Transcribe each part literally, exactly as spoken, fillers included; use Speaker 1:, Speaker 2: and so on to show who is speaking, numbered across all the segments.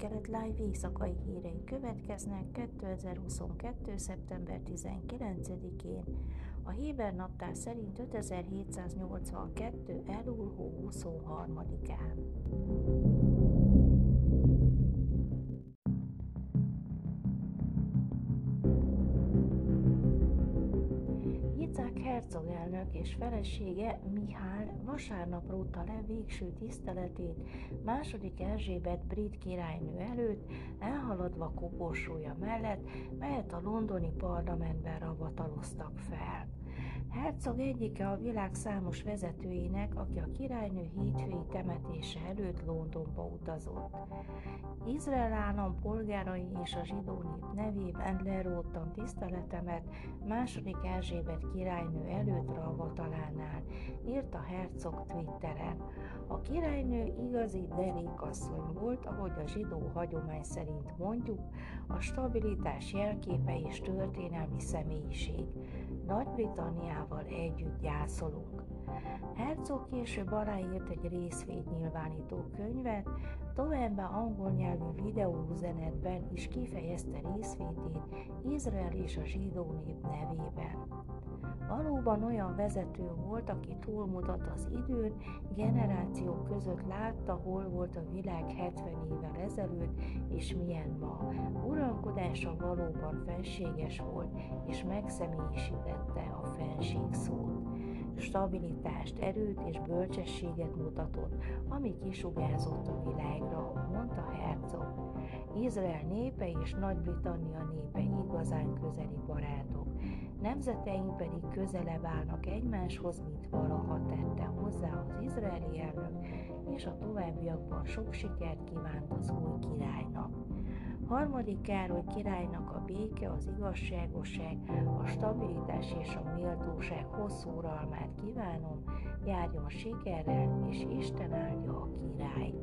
Speaker 1: Közel-Kelet Live éjszakai hírei következnek kétezer-huszonkettő. szeptember tizenkilencedikén, a héber naptár szerint ötezer-hétszáznyolcvankettő. Elul hó huszonharmadikán. Yitzhak Herzog elnök és felesége Mihály vasárnap rótta le végső tiszteletét második Erzsébet brit királynő előtt, elhaladva koporsója mellett, melyet a londoni parlamentben ravataloztak fel. Herzog egyike a világ számos vezetőjének, aki a királynő hétfői temetése előtt Londonba utazott. Izrael állam polgárai és a zsidó nép nevében leróttam tiszteletemet második Erzsébet királynő előtt ravatalánál, írta Herzog Twitteren. A királynő igazi derékasszony volt, ahogy a zsidó hagyomány szerint mondjuk, a stabilitás jelképe és történelmi személyiség. Nagy-Britanniával együtt gyászolunk. Herzog később aláírt egy részvétnyilvánító könyvet, továbbá angol nyelvű videóüzenetben is kifejezte részvétét Izrael és a zsidó nép nevében. Valóban olyan vezető volt, aki túlmutat az időn, generációk között látta, hol volt a világ hetven évvel ezelőtt, és milyen ma. Uralkodása valóban fenséges volt, és megszemélyisítette a fenség szót. Stabilitást, erőt és bölcsességet mutatott, ami kisugárzott a világra, mondta Herzog. Izrael népe és Nagy-Britannia népe igazán közeli barátok. Nemzeteink pedig közelebb állnak egymáshoz, mint valaha, tette hozzá az izraeli elnök, és a továbbiakban sok sikert kívánt az új királynak. Harmadik Károly királynak a béke, az igazságosság, a stabilitás és a méltóság hosszú uralmát kívánom, járjon sikerrel, és Isten áldja a királyt.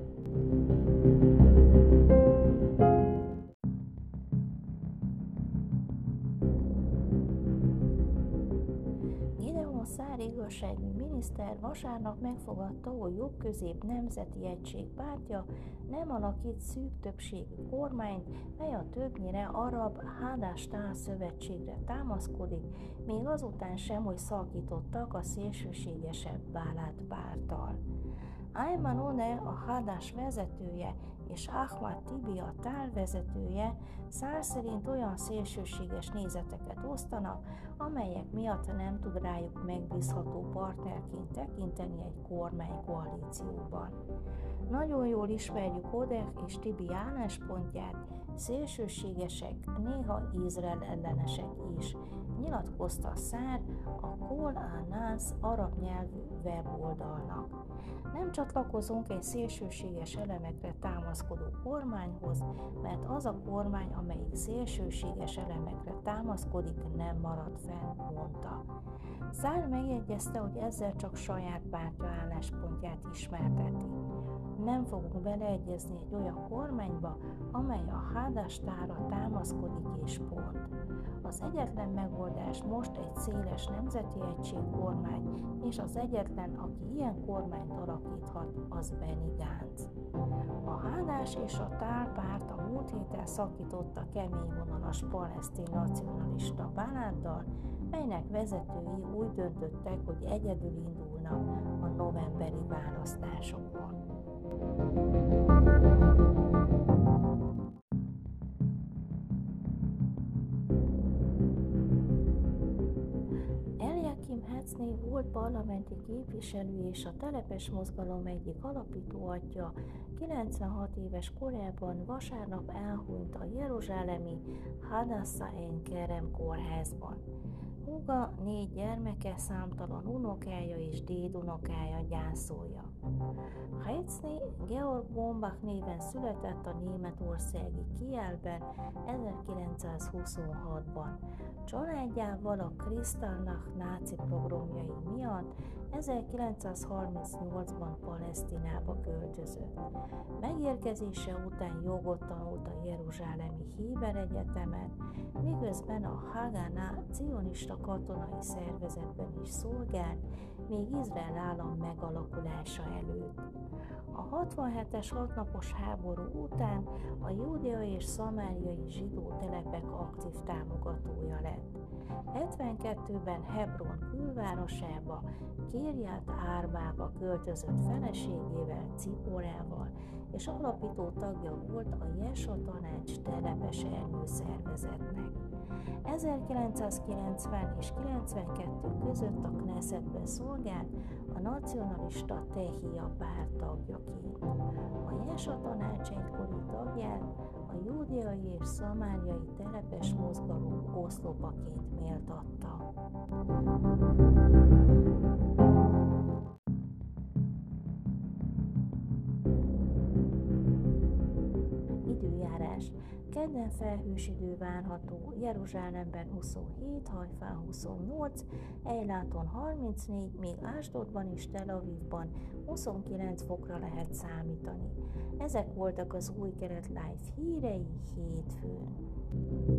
Speaker 1: Szár igazságügyi miniszter vasárnap megfogadta, hogy Jobb-Közép Nemzeti Egység pártja nem alakít szűk többségű kormányt, mely a többnyire arab Hadash-Ta'al szövetségre támaszkodik, még azután sem, hogy szakítottak a szélsőségesebb Balad párttal. Ayman Odeh, a Hadash vezetője, és Ahmad Tibi, a Ta'al vezetője Szár szerint olyan szélsőséges nézeteket osztanak, amelyek miatt nem tud rájuk megbízható partnerként tekinteni egy kormánykoalícióban. Nagyon jól ismerjük Odeh és Tibi álláspontját, szélsőségesek, néha Izrael ellenesek is, nyilatkozta Szár a Kol Anas arab nyelvű weboldalnak. Nem csatlakozunk egy szélsőséges elemekre támaszkodó kormányhoz, mert az a kormány, amelyik szélsőséges elemekre támaszkodik, nem marad fenn, mondta. Szár megjegyezte, hogy ezzel csak saját pártja álláspontját ismerteti. Nem fogunk beleegyezni egy olyan kormányba, amely a Hadash-Ta'alra támaszkodik és pont. Az egyetlen megoldás most egy széles nemzeti egység kormány, és az egyetlen, aki ilyen kormányt alakíthat, az Benny Gantz. A Hadash és a Ta'al párt a múlt héten szakította keményvonalas palesztin nacionalista Baladdal, melynek vezetői úgy döntöttek, hogy egyedül indulnak a novemberi választásokon. Eliakim Hetzné volt parlamenti képviselő és a telepes mozgalom egyik alapító atya, kilencvenhat éves korában vasárnap elhunyt a jeruzsálemi Hadassah Ein Kerem kórházban. Húga, négy gyermeke, számtalan unokája és dédunokája gyászolja. Hetzné Georg Bombach néven született a németországi Kielben ezerkilencszázhuszonhatban. Családjával a Kristallnacht náci programjai miatt ezerkilencszázharmincnyolcban Palesztinába költözött. Megérkezése után jogot tanult a jeruzsálemi Héber Egyetemen, miközben a Haganah cionista katonai szervezetben is szolgált, még Izrael állam megalakulása előtt. A hatvanhetes hatnapos háború után a júdeai és szamáriai zsidó telepek aktív támogatója lett. hetvenkettőben Hebron külvárosába, Kirját Árbába költözött feleségével, Ciporával, és alapító tagja volt a Jesha Tanács telepes ernyőszervezetnek. ezerkilencszázkilencven és kilencvenkettő között a Knessetben szolgált a nacionalista Tehia párt tagjaként. A Jesha Tanács egykori tagját a júdeai és szamáriai telepes mozgalom oszlopaként méltatta. Időjárás. Kedden felhős idő várható, Jeruzsálemben huszonhét, Hajfán huszonnyolc, Ejláton harmincnégy, míg Ásdodban és Tel Avivban huszonkilenc fokra lehet számítani. Ezek voltak az Új Kelet Live hírei hétfőn.